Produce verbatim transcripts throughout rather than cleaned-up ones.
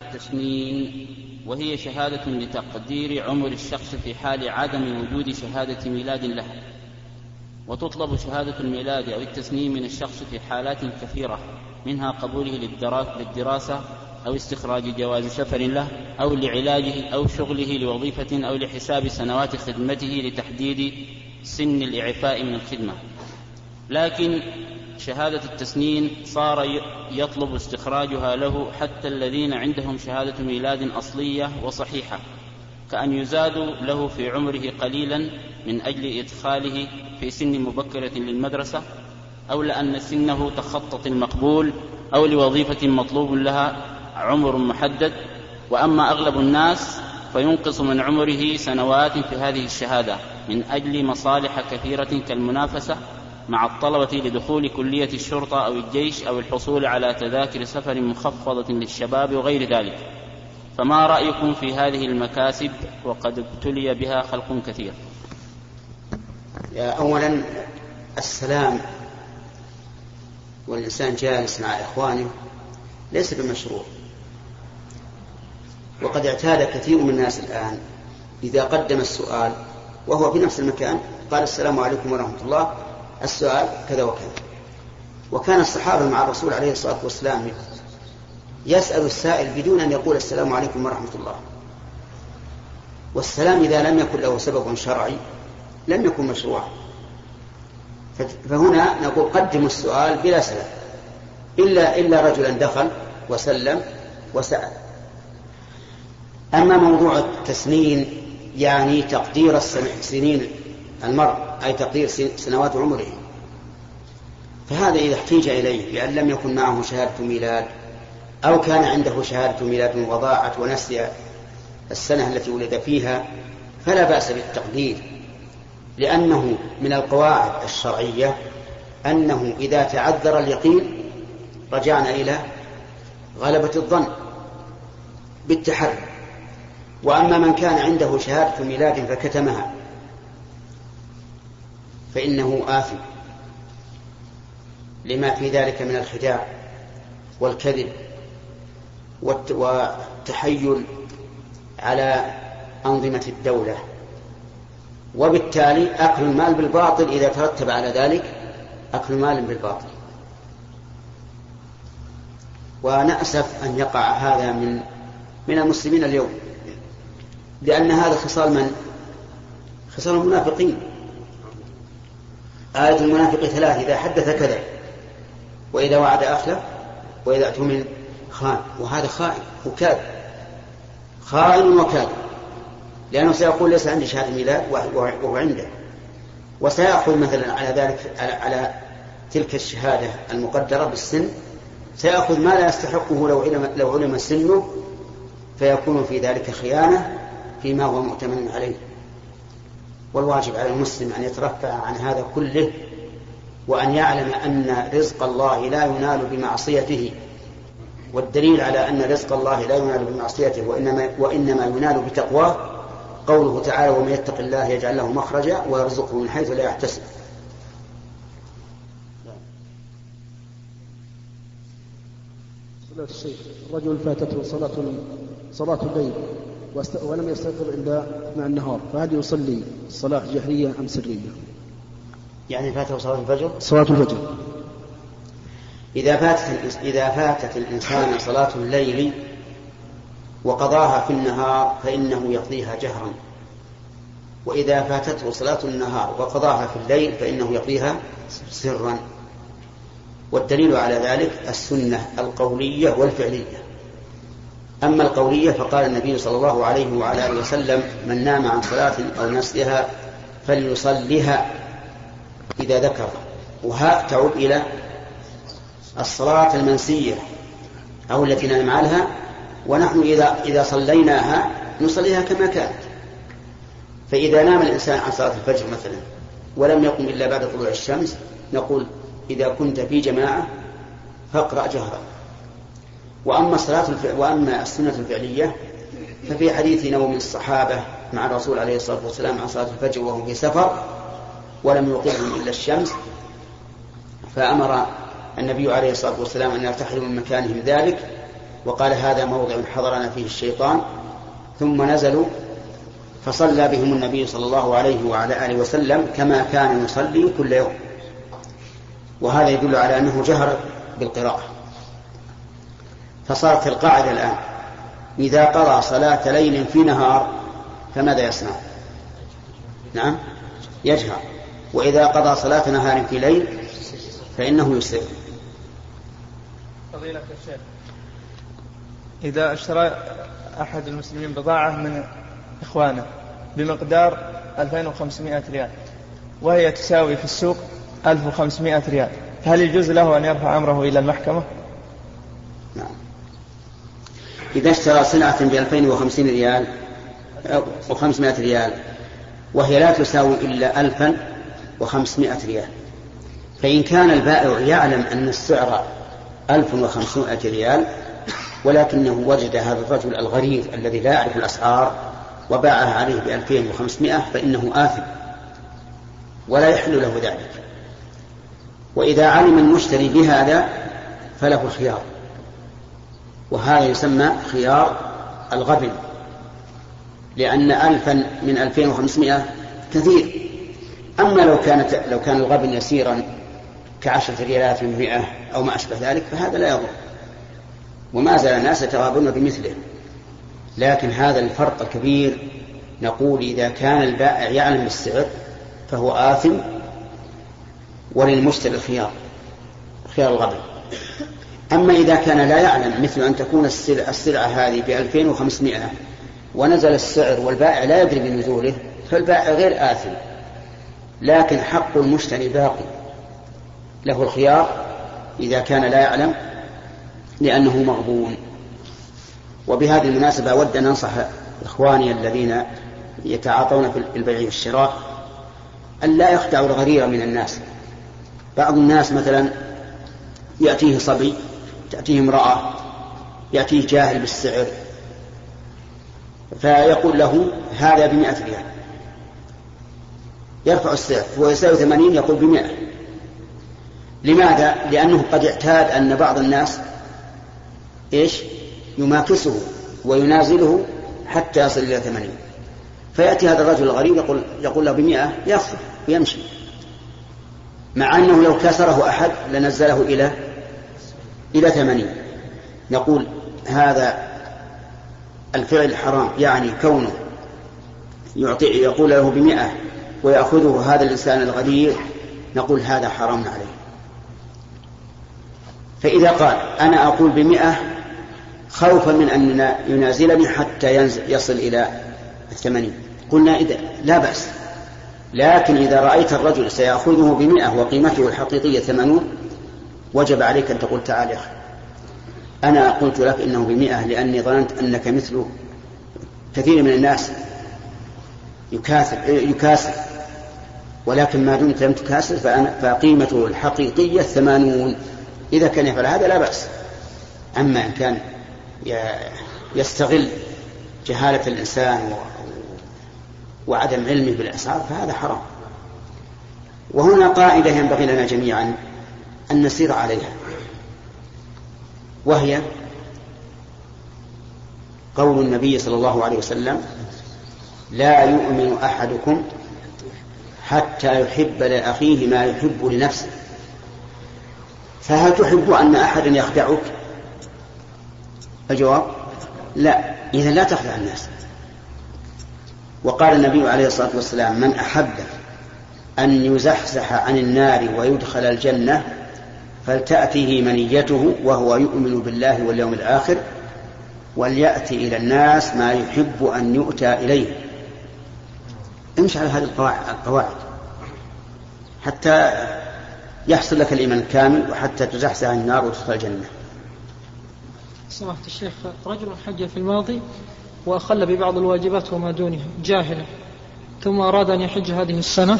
التسنين، وهي شهادة لتقدير عمر الشخص في حال عدم وجود شهادة ميلاد له. وتطلب شهادة الميلاد أو التسنين من الشخص في حالات كثيرة، منها قبوله للدراسة أو استخراج جواز سفر له، أو لعلاجه أو شغله لوظيفة، أو لحساب سنوات خدمته لتحديد سن الإعفاء من الخدمة. لكن شهادة التسنين صار يطلب استخراجها له حتى الذين عندهم شهادة ميلاد أصلية وصحيحة، كأن يزاد له في عمره قليلا من أجل إدخاله في سن مبكرة للمدرسة، أو لأن سنه تخطط المقبول، أو لوظيفة مطلوب لها عمر محدد. وأما أغلب الناس فينقص من عمره سنوات في هذه الشهادة من أجل مصالح كثيرة كالمنافسة مع الطلبة لدخول كلية الشرطة أو الجيش، أو الحصول على تذاكر سفر مخفضة للشباب وغير ذلك. فما رأيكم في هذه المكاسب وقد ابتلي بها خلق كثير؟ أولا السلام والإنسان جالس مع إخوانه ليس بمشروع، وقد اعتاد كثير من الناس الآن إذا قدم السؤال وهو في نفس المكان قال السلام عليكم ورحمة الله، السؤال كذا وكذا. وكان الصحابة مع الرسول عليه الصلاة والسلام يسأل السائل بدون أن يقول السلام عليكم ورحمة الله. والسلام إذا لم يكن له سبب شرعي لم يكن مشروعا. فهنا نقول قدموا السؤال بلا سبب، إلا, إلا رجلا دخل وسلم وسأل. أما موضوع التسنين يعني تقدير سنين المرء، أي تقدير سنوات عمره، فهذا إذا احتيج إليه لأن لم يكن معه شهادة ميلاد، أو كان عنده شهادة ميلاد وضاعت ونسي السنة التي ولد فيها، فلا بأس بالتقدير، لأنه من القواعد الشرعية أنه إذا تعذر اليقين رجعنا إلى غلبة الظن بالتحري. وأما من كان عنده شهادة ميلاد فكتمها فإنه آثم لما في ذلك من الخداع والكذب والتحيل على أنظمة الدولة، وبالتالي أكل المال بالباطل إذا ترتب على ذلك أكل مال بالباطل. ونأسف أن يقع هذا من من المسلمين اليوم، لأن هذا خصال من؟ خصال المنافقين. آية المنافق ثلاث: إذا حدث كذب، وإذا وعد أخلف، وإذا اؤتمن خان. وهذا خائن وكاذب، خائن وكاذب، لأنه سيقول ليس عندي شهادة ميلاد وهو عنده، وسيأخذ مثلا على ذلك على تلك الشهادة المقدرة بالسن، سيأخذ ما لا يستحقه لو علم, لو علم سنه، فيكون في ذلك خيانة فيما هو مؤتمن عليه. والواجب على المسلم أن يترفع عن هذا كله، وأن يعلم أن رزق الله لا ينال بمعصيته، والدليل على أن رزق الله لا ينال بمعصيته وإنما, وإنما ينال بتقواه قوله تعالى: ومن يتق الله يجعل له مخرجا ويرزقه من حيث لا يحتسب. الشيخ: الرجل فاتته صلاة صلاة الليل ولم يستيقظ إلا مع النهار، فهل يصلي الصلاة جهرية أم سرية؟ يعني فاته صلاة الفجر؟ صلاة الفجر إذا فاتت إذا فاتت الإنسان صلاة الليل وقضاها في النهار فإنه يقضيها جهرا، وإذا فاتته صلاة النهار وقضاها في الليل فإنه يقضيها سرا. والدليل على ذلك السنة القولية والفعلية. أما القولية فقال النبي صلى الله عليه وعلى آله وسلم: من نام عن صلاة أو نسيها فليصلها إذا ذكر. وها تعود إلى الصلاة المنسية أو التي ننام عنها، ونحن إذا, إذا صليناها نصليها كما كانت. فإذا نام الإنسان عن صلاة الفجر مثلا ولم يقم إلا بعد طلوع الشمس، نقول: إذا كنت في جماعة فاقرأ جهرا. وأما, الصلاة الف... وأما السنة الفعلية ففي حديث نوم الصحابة مع الرسول عليه الصلاة والسلام عن صلاة الفجر وهم في سفر ولم يوقظهم إلا الشمس، فأمر النبي عليه الصلاة والسلام أن يرتحلوا من مكانهم ذلك، وقال هذا موضع حضرنا فيه الشيطان، ثم نزلوا فصلى بهم النبي صلى الله عليه وعلى آله وسلم كما كان يصلي كل يوم، وهذا يدل على أنه جهر بالقراءة. فصارت القاعدة الآن إذا قرأ صلاة ليل في نهار فماذا يصنع؟ نعم يجهر، وإذا قضى صلاة نهار في ليل فإنه يسر. فضيلة الشيخ، إذا اشترى أحد المسلمين بضاعة من إخوانه بمقدار ألفين وخمسمائة ريال وهي تساوي في السوق ألف وخمسمائة ريال، هل يجوز له أن يرفع أمره إلى المحكمة؟ نعم. إذا اشترى سلعة بألفين وخمسين ريال وخمسمائة ريال وهي لا تساوي إلا ألفا وخمسمائة ريال، فإن كان البائع يعلم أن السعر ألف وخمسمائة ريال ولكنه وجد هذا الرجل الغريب الذي لا يعرف الأسعار وباعها عليه بألفين وخمسمائة فإنه آثم ولا يحل له ذلك. وإذا علم المشتري بهذا فله الخيار، وهذا يسمى خيار الغبن، لأن ألفا من ألفين وخمسمائة كثير. أما لو كانت لو كان الغبن يسيرا كعشرة ريالات من مئة أو ما أشبه ذلك فهذا لا يضر، وما زال الناس يتغابون بمثله. لكن هذا الفرق الكبير، نقول إذا كان البائع يعلم بالسعر فهو آثم وللمشتري الخيار خيار الغبن. أما إذا كان لا يعلم، مثل أن تكون السلعة, السلعة هذه بألفين وخمسمائة ونزل السعر والبائع لا يدري بنزوله فالبائع غير آثم، لكن حق المشتري باقي، له الخيار إذا كان لا يعلم لأنه مغبون. وبهذه المناسبة أود أن أنصح إخواني الذين يتعاطون في البيع والشراء أن لا يخدعوا الغرير من الناس. بعض الناس مثلا يأتيه صبي، تأتيه امرأة، يأتيه جاهل بالسعر فيقول له هذا بمئة ريال، يرفع السعر هو يساوي ثمانين يقول بمئة. لماذا؟ لأنه قد اعتاد أن بعض الناس إيش يماكسه وينازله حتى يصل إلى ثمانين، فيأتي هذا الرجل الغريب يقول, يقول له بمئة يخفض ويمشي، مع أنه لو كسره أحد لنزله إلى إلى ثمانين. نقول هذا الفعل حرام، يعني كونه يعطي يقول له بمئة ويأخذه هذا الإنسان الغدير نقول هذا حرام عليه. فإذا قال أنا أقول بمئة خوفا من أن ينازلني حتى يصل إلى الثمانين قلنا إذا لا بأس، لكن إذا رأيت الرجل سيأخذه بمئة وقيمته الحقيقية ثمانون وجب عليك أن تقول تعال يا أخي أنا قلت لك إنه بمئة لأني ظننت أنك مثل كثير من الناس يكاسر, يكاسر ولكن ما دمت لم تكاسر فقيمته الحقيقية ثمانون. إذا كان يفعل هذا لا بأس. أما إن كان يستغل جهالة الإنسان وعدم علمه بالأسعار فهذا حرام. وهنا قاعدة ينبغي لنا جميعا أن نسير عليها، وهي قول النبي صلى الله عليه وسلم لا يؤمن أحدكم حتى يحب لأخيه ما يحب لنفسه. فهل تحب أن أحدا يخدعك؟ الجواب لا، إذا لا تخدع الناس. وقال النبي عليه الصلاة والسلام من أحب أن يزحزح عن النار ويدخل الجنة فلتأتيه منيته وهو يؤمن بالله واليوم الآخر وليأتي إلى الناس ما يحب أن يؤتى إليه. امشي على هذه القواعد حتى يحصل لك الإيمان الكامل وحتى تزحزح عن النار وتدخل الجنة. سمحت الشيخ، رجل حج في الماضي وأخل ببعض الواجبات وما دونها جاهلا، ثم أراد أن يحج هذه السنة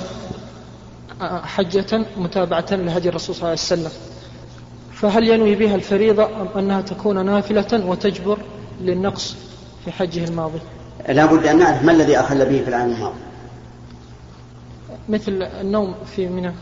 حجة متابعة لهدي الرسول صلى الله عليه وسلم، فهل ينوي بها الفريضة أم أنها تكون نافلة وتجبر للنقص في حجه الماضي؟ لا بد أن نعرف ما الذي أخل به في العام الماضي. مثل النوم في منى،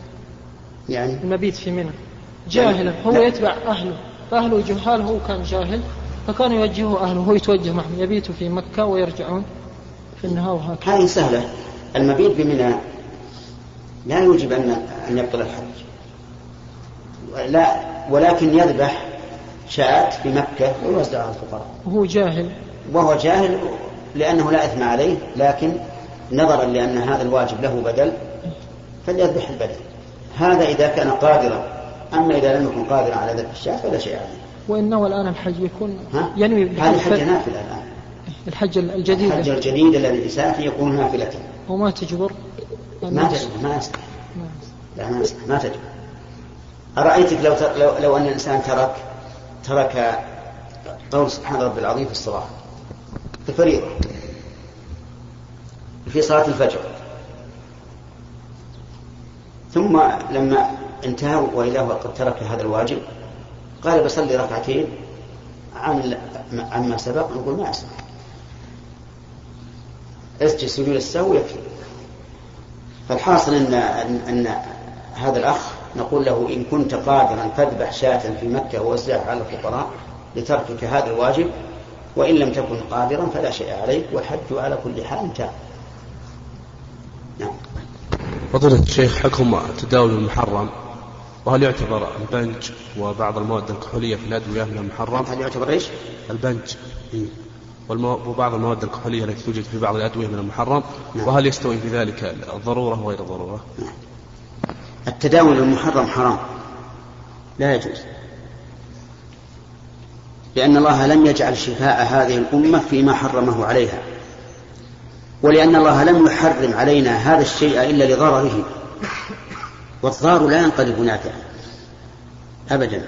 يعني المبيت في منى جاهلا، هو لا. يتبع أهله فأهله جهال، هو كان جاهل فكانوا يوجهوا أهله وهو يتوجه معهم، يبيتوا في مكة ويرجعون في النهار وهكذا. هذه سهلة. المبيت بمنى لا يوجب أن أن يبطل الحج، لا، ولكن يذبح شاة في مكة ويوزعها على الفقراء وهو جاهل. وهو جاهل لأنه لا إثم عليه، لكن نظرا لأن هذا الواجب له بدل فليذبح البدل. هذا إذا كان قادرا، أما إذا لم يكن قادرا على ذبح الشاة فلا شيء عليه. وإنه الآن الحج يكون ينوي هذا الحج نافلة الآن، الحج الجديد الحج الجديد الذي يسافر يكون نافلة وما تجبر ما تجبر ما يصلح لا ما يصلح ما تجبر. أرأيتك لو, لو, لو أن الإنسان ترك ترك قول سبحان رب العظيم في الصلاة الفريضة في صلاة الفجر، ثم لما انتهى وإذا هو قد ترك هذا الواجب قال بصلي ركعتين عن عما سبق، نقول ما أسمع، اسجد سجود السهو يكفي. فالحاصل أن, أن, أن هذا الأخ نقول له إن كنت قادرا فاذبح شاة في مكة ووزعها على الفقراء لتركك هذا الواجب، وإن لم تكن قادرا فلا شيء عليك، والحج على كل حال تام. نعم. فضيلة الشيخ، حكم تداول المحرم، وهل يعتبر البنج وبعض المواد الكحولية في الأدوية من المحرم؟ هل يعتبر إيش؟ البنج وبعض المواد الكحولية التي توجد في بعض الأدوية من المحرم. نعم. وهل يستوي في ذلك الضرورة وغير الضرورة؟ نعم. التداول المحرم حرام لا يجوز، لأن الله لم يجعل شفاء هذه الأمة فيما حرمه عليها، ولأن الله لم يحرم علينا هذا الشيء إلا لضرره، والضار لا ينقلب نافعا أبدا،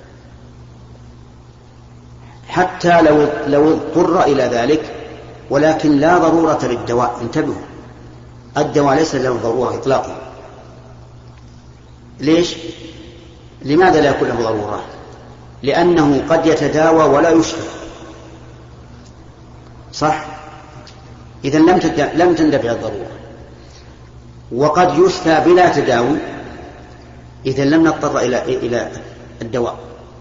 حتى لو لو اضطر إلى ذلك، ولكن لا ضرورة للدواء. انتبهوا، الدواء ليس له ضرورة إطلاقا. ليش؟ لماذا لا يكون له ضرورة؟ لأنه قد يتداوى ولا يشفى، صح؟ إذن لم لم تندفع الضرورة. وقد يشفى بلا تداوي، إذن لم نضطر إلى إلى الدواء.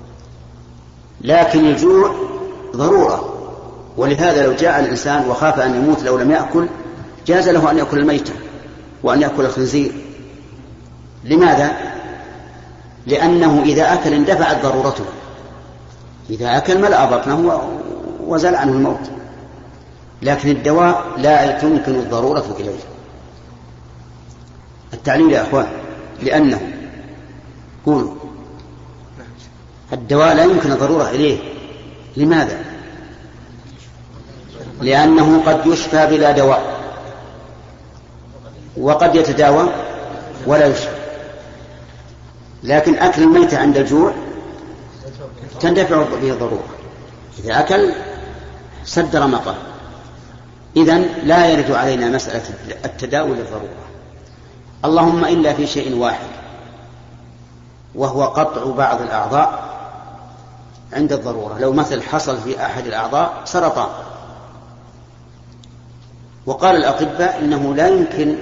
لكن الجوع ضرورة، ولهذا لو جاء الإنسان وخاف أن يموت لو لم يأكل جاز له أن يأكل الميتة وأن يأكل الخنزير. لماذا؟ لأنه إذا أكل اندفعت ضرورته، إذا أكل ملأ بطنه وزال عنه الموت. لكن الدواء لا تمكن الضرورة إليه. التعليل يا أخوان، لأنه قولوا الدواء لا يمكن الضرورة إليه. لماذا؟ لأنه قد يشفى بلا دواء، وقد يتداوى ولا يشفى. لكن أكل الميتة عند الجوع تندفع به الضرورة، إذا أكل سد رمقه. إذن لا يرد علينا مسألة التداوي للضرورة، اللهم إلا في شيء واحد، وهو قطع بعض الأعضاء عند الضرورة. لو مثل حصل في أحد الأعضاء سرطان، وقال الأطباء إنه لا يمكن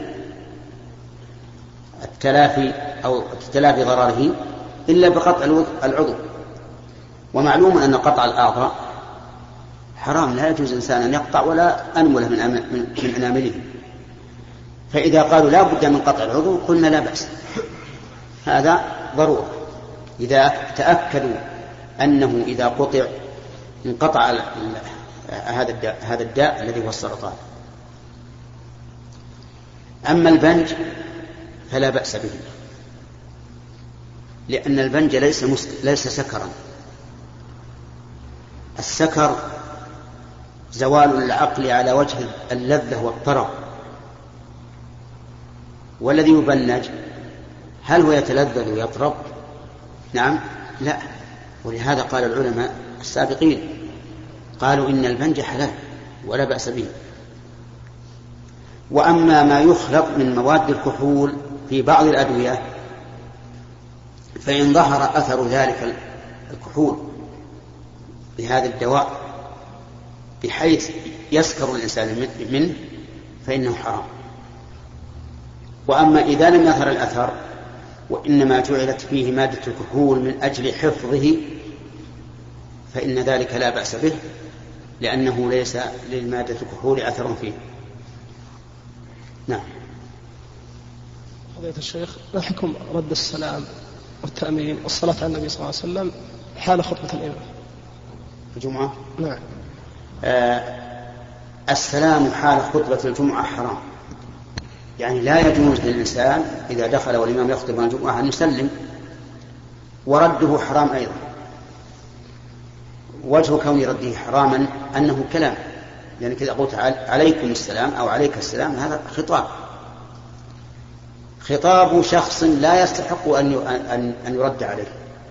التلافي أو تلافي ضرره إلا بقطع العضو، ومعلوم أن قطع الأعضاء حرام، لا يجوز إنسان أن يقطع ولا أنمله من من أنامله. فإذا قالوا لا بد من قطع العضو قلنا لا بأس، هذا ضرورة إذا تأكدوا أنه إذا قطع انقطع هذا الداء هذا الداء الذي هو السرطان. أما البنج فلا بأس به، لأن البنج ليس ليس سكرا. السكر زوال العقل على وجه اللذة والطرب، والذي يبنج هل هو يتلذذ ويطرب؟ نعم لا. ولهذا قال العلماء السابقين قالوا إن البنج حلال ولا بأس به. وأما ما يخلط من مواد الكحول في بعض الأدوية فإن ظهر أثر ذلك الكحول بهذا الدواء بحيث يسكر الإنسان منه فإنه حرام. وأما إذا لم يظهر الأثر وإنما جعلت فيه مادة الكحول من أجل حفظه فإن ذلك لا بأس به، لأنه ليس للمادة الكحول أثر فيه. نعم. فضيلة الشيخ، ما حكم رد السلام والتأمين والصلاة على النبي صلى الله عليه وسلم حال خطبة الإمام في الجمعة؟ نعم. آه السلام حال خطبة الجمعة حرام، يعني لا يجوز للإنسان إذا دخل والإمام يخطب عن الجمعة أن يسلم، ورده حرام أيضا. وجه كون رده حراما أنه كلام، يعني كذا قلت عليكم السلام أو عليك السلام، هذا خطاب خطاب شخص لا يستحق أن أن يرد عليه،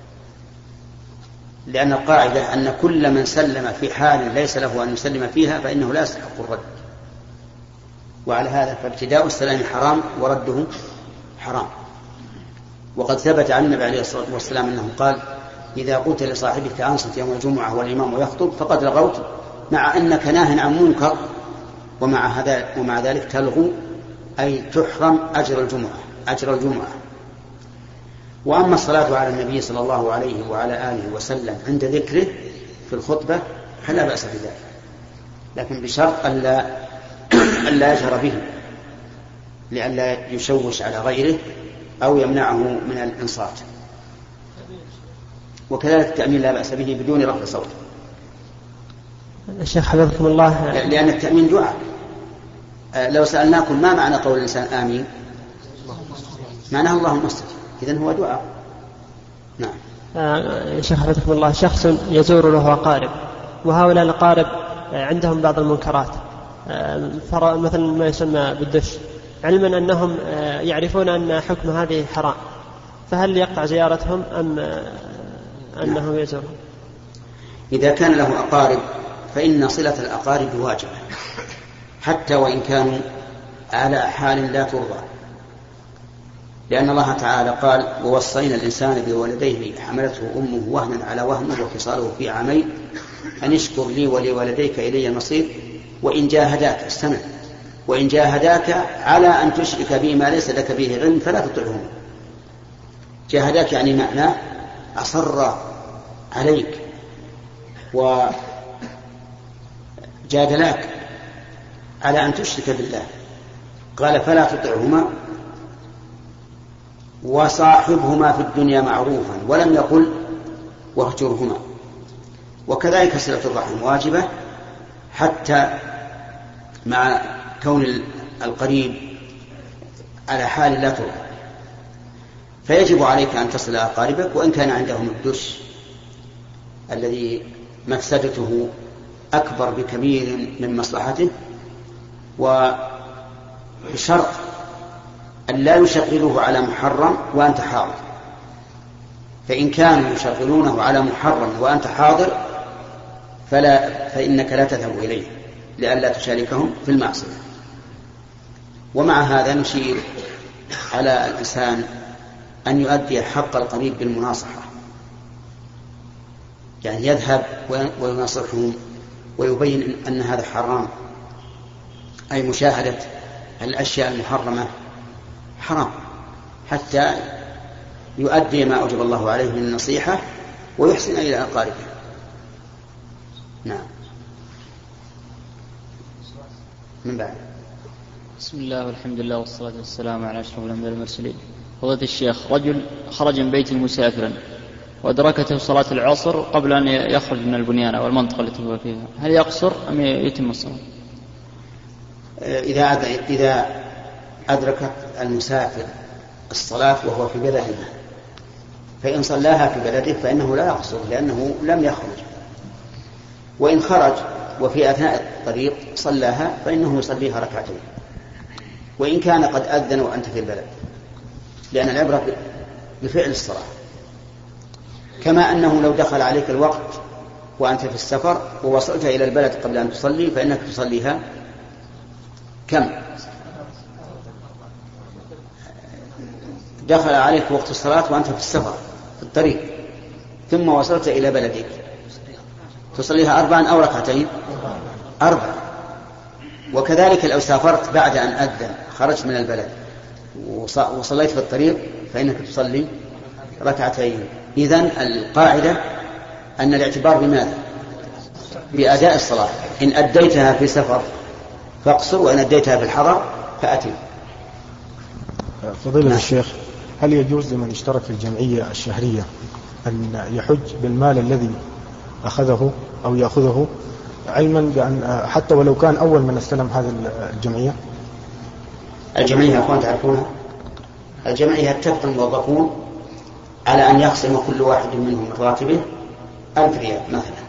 لأن القاعدة أن كل من سلم في حال ليس له أن يسلم فيها فإنه لا يستحق الرد. وعلى هذا فابتداء السلام حرام ورده حرام. وقد ثبت عن النبي عليه الصلاة والسلام أنه قال: إذا قلت لصاحبك أنصت يوم الجمعة والإمام يخطب فقد لغوت، مع أنك ناه عن منكر، ومع هذا ومع ذلك تلغو، أي تحرم أجر الجمعة أجر الجمعة. وأما الصلاة على النبي صلى الله عليه وعلى آله وسلم عند ذكره في الخطبة فلا بأس بذلك، لكن بشرط ألا ألا يجهر به، لئلا يشوش على غيره أو يمنعه من الإنصات. وكذلك التأمين لا بأس به بدون رفع صوت. الشيخ حفظكم الله، لأن التأمين دعاء. لو سألناكم ما معنى قول الإنسان آمين، معناه اللهم استجب، إذن هو دعاء. نعم. آه شيخ حفظكم الله، شخص يزور له أقارب، وهؤلاء الأقارب عندهم بعض المنكرات، آه مثلا ما يسمى بالدش، علما أنهم آه يعرفون أن حكم هذه حرام، فهل يقطع زيارتهم أم آه أنه يزورهم؟ إذا كان له أقارب فإن صلة الأقارب واجبة، حتى وإن كانوا على حال لا ترضى، لأن الله تعالى قال: ووصينا الإنسان بولديه حملته أمه وهنا على وهن وفصاله في عامين أن اشكر لي ولوالديك إلي المصير وإن جاهداك استمع وإن جاهداك على أن تشرك بي ما ليس لك به علم فلا تطعهما. جاهداك يعني معناه أصر عليك وجادلاك على أن تشرك بالله، قال: فلا تطعهما وصاحبهما في الدنيا معروفا، ولم يقل واهجرهما. وكذلك صلة الرحم واجبة حتى مع كون القريب على حال لا ترضى، فيجب عليك أن تصل أقاربك وإن كان عندهم الدش الذي مفسدته أكبر بكبير من مصلحته، وبشرط أن لا يشغلوه على محرم وأنت حاضر. فإن كانوا يشغلونه على محرم وأنت حاضر فلا فإنك لا تذهب إليه لئلا تشاركهم في المعصية. ومع هذا نشير على الإنسان أن يؤدي حق القريب بالمناصحة، يعني يذهب ويناصحهم ويبين أن هذا حرام، أي مشاهدة الأشياء المحرمة حرام، حتى يؤدي ما أوجب الله عليه من النصيحة ويحسن إلى أقاربه. نعم. من بعد. بسم الله والحمد لله والصلاة والسلام على أشرف الأنبياء والمرسلين. فضيلة الشيخ، رجل خرج من بيته مسافرا وأدركته صلاة العصر قبل أن يخرج من البنيان أو المنطقة التي هو فيها، هل يقصر أم يتم الصلاة؟ إذا إذا أدركت المسافر الصلاة وهو في بلده فإن صلاها في بلده فإنه لا يقصر لأنه لم يخرج، وإن خرج وفي أثناء الطريق صلاها فإنه يصليها ركعتين، وإن كان قد أذن وأنت في البلد، لأن العبرة بفعل الصلاة. كما أنه لو دخل عليك الوقت وأنت في السفر ووصلت إلى البلد قبل أن تصلي فإنك تصليها كم؟ دخل عليك وقت الصلاة وأنت في السفر في الطريق ثم وصلت إلى بلدك تصليها أربعا أو ركعتين؟ أربعا. وكذلك لو سافرت بعد أن أذن خرجت من البلد وصليت في الطريق فإنك تصلي ركعتين. إذن القاعدة أن الاعتبار بماذا؟ بأداء الصلاة. إن أديتها في سفر فاقصر، وإن أديتها في الحضر فأتم. فضيلة نعم. الشيخ، هل يجوز لمن اشترك في الجمعية الشهرية أن يحج بالمال الذي أخذه أو يأخذه، علما بأن حتى ولو كان أول من استلم هذه الجمعية؟ الجمعية أخوان تعرفونها، الجمعية اتفق الموظفون على أن يقسم كل واحد منهم من راتبه ألف ريال مثلا،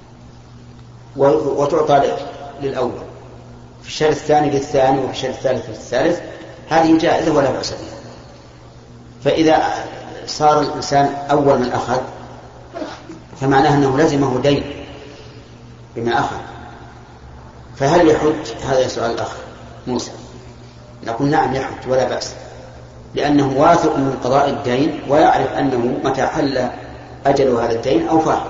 وتعطى للأول، في الشهر الثاني للثاني، وفي الشهر الثالث للثالث. هذه جائزة ولا بأس بها. فإذا صار الإنسان أول من أخذ فمعناه أنه لزمه دين بما أخذ، فهل يحج؟ هذا سؤال الأخ موسى. نقول نعم يحج ولا بأس، لأنه واثق من قضاء الدين ويعرف أنه متى حل أجل هذا الدين أو فات.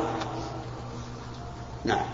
نعم.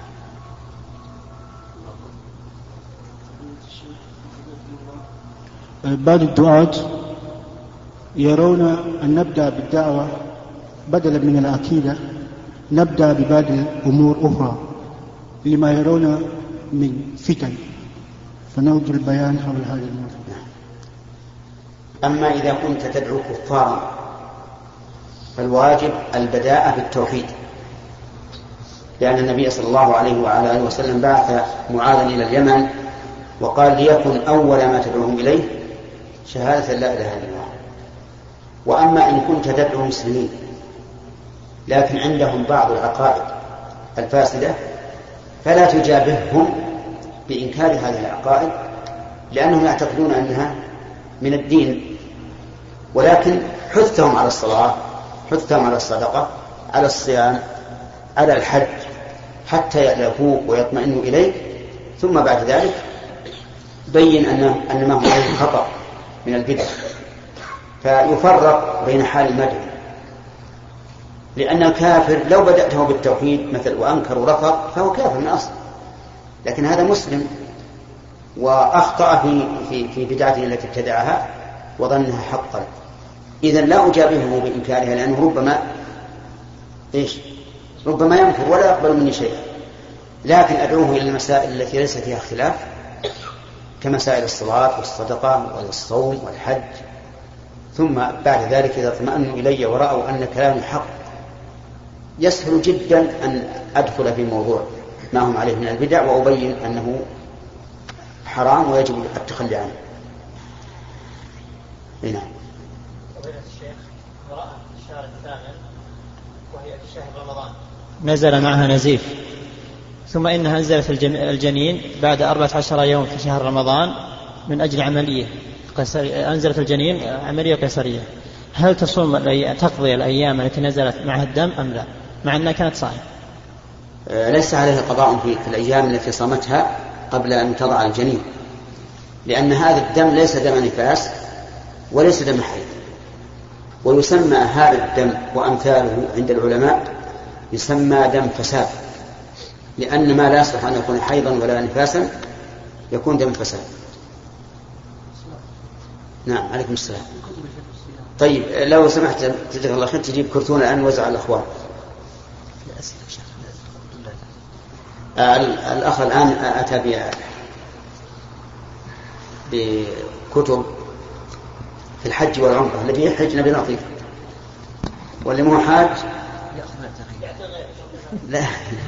بعض الدعاة يرون أن نبدأ بالدعوة بدلا من العقيدة، نبدأ ببعض الأمور أخرى لما يرون من فتن، فنرجو البيان حول هذا الموضوع. أما إذا كنت تدعو كفارا فالواجب البداءة بالتوحيد، لأن النبي صلى الله عليه وعلى آله وسلم بعث معاذا إلى اليمن وقال ليكن أول ما تدعوهم إليه شهادة لا إله إلا الله. وأما إن كنت تدعو مسلمين لكن عندهم بعض العقائد الفاسدة فلا تجابههم بإنكار هذه العقائد، لأنهم يعتقدون أنها من الدين، ولكن حثهم على الصلاة، حثهم على الصدقة، على الصيام، على الحج، حتى يألفوك ويطمئنوا إليك، ثم بعد ذلك بين أن ما هو عليه خطأ من البدع، فيفرق بين حال المدعو. لأن الكافر لو بدأته بالتوحيد مثل وأنكر ورفض فهو كافر من أصل، لكن هذا مسلم وأخطأ في في في بدعته التي ابتدعها وظنها حقا. إذن لا أجابهه بإنكارها، لأنه ربما إيش ربما ينكر ولا يقبل مني شيئا، لكن أدعوه إلى المسائل التي ليس فيها اختلاف كمسائل الصلاة والصدقة والصوم والحج، ثم بعد ذلك إذا اطمأنوا إلي ورأوا أن كلامي حق يسهل جدا أن أدخل في موضوع ما هم عليه من البدع وأبين أنه حرام ويجب التخلي عنه. هنا فضيلة الشيخ، امرأة في الشهر الثامن وهي في شهر رمضان نزل معها نزيف، ثم إنها أنزلت الجنين بعد أربعة عشر يوم في شهر رمضان من أجل عملية قيصرية، أنزلت الجنين عملية قيصرية، هل تصوم تقضي الأيام التي نزلت معها الدم أم لا، مع أنها كانت صائمة؟ ليس عليها قضاء في الأيام التي صامتها قبل أن تضع الجنين، لأن هذا الدم ليس دم نفاس وليس دم حيض، ويسمى هذا الدم وأمثاله عند العلماء يسمى دم فساد، لأن ما لا يصلح أن يكون حيضا ولا نفاسا يكون دم فساد. نعم عليكم السلام. طيب لو سمحت جزاك الله خير تجيب كرتون الآن نوزع على الأخوان. آه الأخ الآن أتى بكتب في الحج والعمرة، الذي يحج نبي لطيف واللي مو حاج لا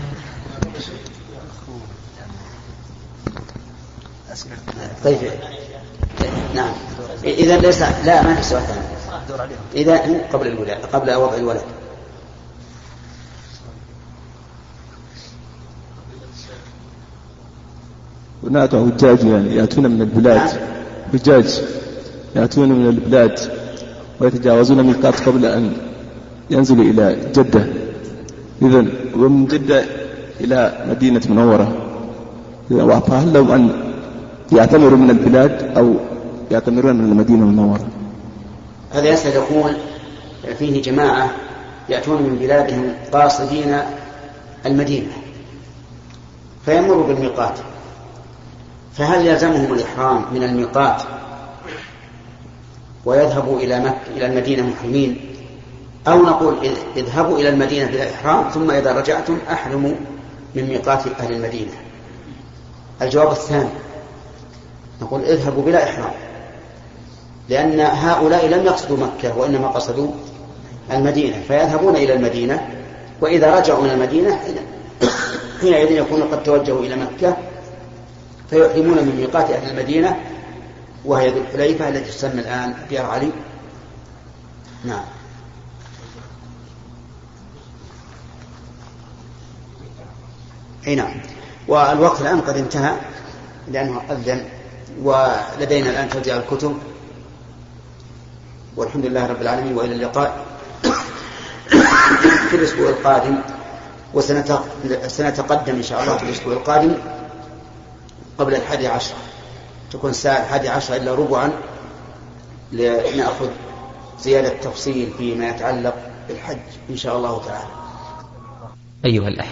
طيب نعم إذا ليس لا ما في سؤال ثاني، إذا قبل الولادة قبل وضع الولد. هناك حجاج يعني يأتون من البلاد، حجاج يأتون من البلاد ويتجاوزون ميقات قبل أن ينزلوا إلى جدة، إذن ومن جدة إلى مدينة منورة، فهل لهم أن يعتمروا من البلاد أو يعتمرون من المدينة المنورة؟ هذا يسأل يقول فيه جماعة يأتون من بلادهم قاصدين المدينة فيمروا بالميقات، فهل يلزمهم الإحرام من الميقات ويذهبوا إلى مكة إلى المدينة محرمين، أو نقول اذهبوا إلى المدينة بلا إحرام ثم إذا رجعتم أحرموا من ميقات أهل المدينة. الجواب الثاني نقول اذهبوا بلا إحرام، لأن هؤلاء لم يقصدوا مكة وإنما قصدوا المدينة، فيذهبون إلى المدينة، وإذا رجعوا من المدينة حينئذ يكونوا قد توجهوا إلى مكة فيحرمون من ميقات أهل المدينة وهي ذو الحليفة التي تسمى الآن بئر علي. نعم. أي نعم. والوقت الآن قد انتهى لأنه أذن، ولدينا الآن توزيع الكتب، والحمد لله رب العالمين، وإلى اللقاء في الأسبوع القادم، وسنتقدم إن شاء الله في الأسبوع القادم قبل الحادي عشر، تكون الساعة الحادي عشر إلا ربعا، لنأخذ زيادة تفصيل فيما يتعلق بالحج إن شاء الله تعالى. أيها الأحبة،